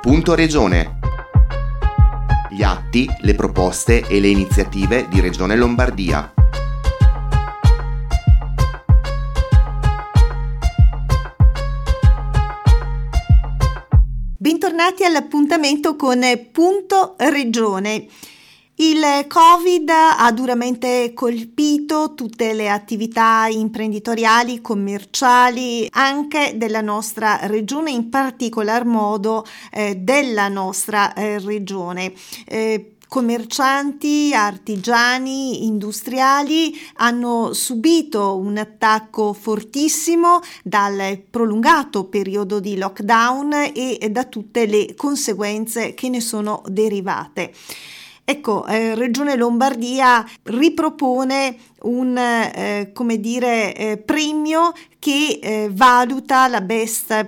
Punto Regione. Gli atti, le proposte e le iniziative di Regione Lombardia. Bentornati all'appuntamento con Punto Regione. Il Covid ha duramente colpito tutte le attività imprenditoriali, commerciali, anche della nostra regione, in particolar modo della nostra regione. Commercianti, artigiani, industriali hanno subito un attacco fortissimo dal prolungato periodo di lockdown e da tutte le conseguenze che ne sono derivate. Ecco, Regione Lombardia ripropone un premio che valuta la best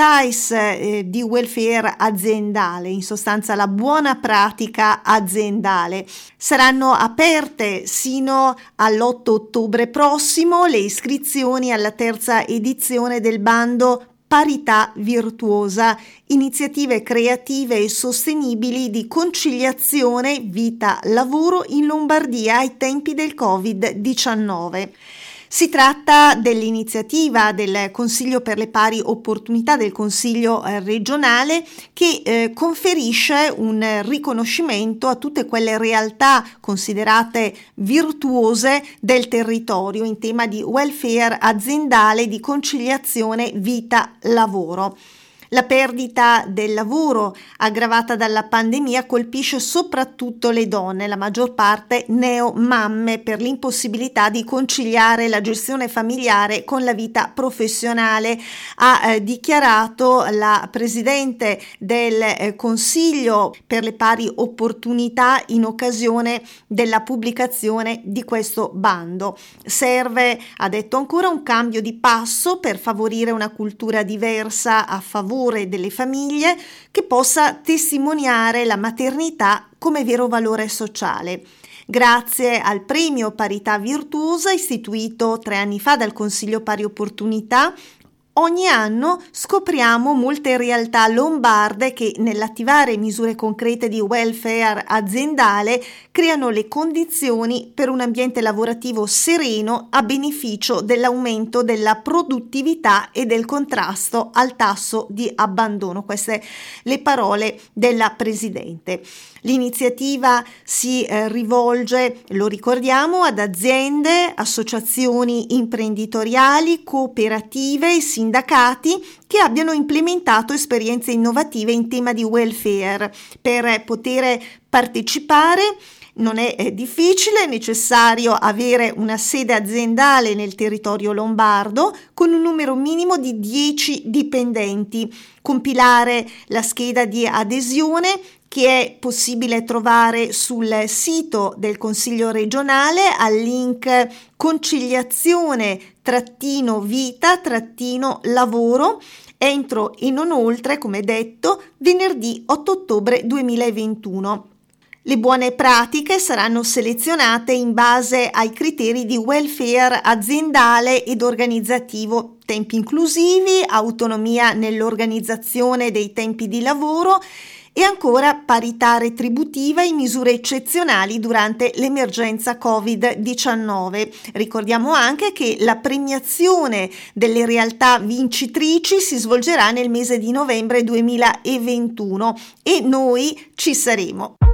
practice di welfare aziendale, in sostanza la buona pratica aziendale. Saranno aperte sino all'8 ottobre prossimo le iscrizioni alla terza edizione del bando Parità Virtuosa, iniziative creative e sostenibili di conciliazione vita-lavoro in Lombardia ai tempi del Covid-19. Si tratta dell'iniziativa del Consiglio per le pari opportunità del Consiglio regionale che conferisce un riconoscimento a tutte quelle realtà considerate virtuose del territorio in tema di welfare aziendale, di conciliazione vita-lavoro. La perdita del lavoro aggravata dalla pandemia colpisce soprattutto le donne, la maggior parte neomamme, per l'impossibilità di conciliare la gestione familiare con la vita professionale, ha dichiarato la presidente del Consiglio per le pari opportunità in occasione della pubblicazione di questo bando. Serve, ha detto ancora, un cambio di passo per favorire una cultura diversa a favore delle famiglie che possa testimoniare la maternità come vero valore sociale. Grazie al premio Parità Virtuosa istituito 3 anni fa dal Consiglio Pari Opportunità, ogni anno scopriamo molte realtà lombarde che nell'attivare misure concrete di welfare aziendale creano le condizioni per un ambiente lavorativo sereno a beneficio dell'aumento della produttività e del contrasto al tasso di abbandono. Queste le parole della Presidente. L'iniziativa si rivolge, lo ricordiamo, ad aziende, associazioni imprenditoriali, cooperative e sindacati che abbiano implementato esperienze innovative in tema di welfare. Per poter partecipare non è difficile, è necessario avere una sede aziendale nel territorio lombardo con un numero minimo di 10 dipendenti, compilare la scheda di adesione che è possibile trovare sul sito del Consiglio regionale al link conciliazione-vita-lavoro entro e non oltre, come detto, venerdì 8 ottobre 2021. Le buone pratiche saranno selezionate in base ai criteri di welfare aziendale ed organizzativo, tempi inclusivi, autonomia nell'organizzazione dei tempi di lavoro e ancora parità retributiva in misure eccezionali durante l'emergenza Covid-19. Ricordiamo anche che la premiazione delle realtà vincitrici si svolgerà nel mese di novembre 2021 e noi ci saremo.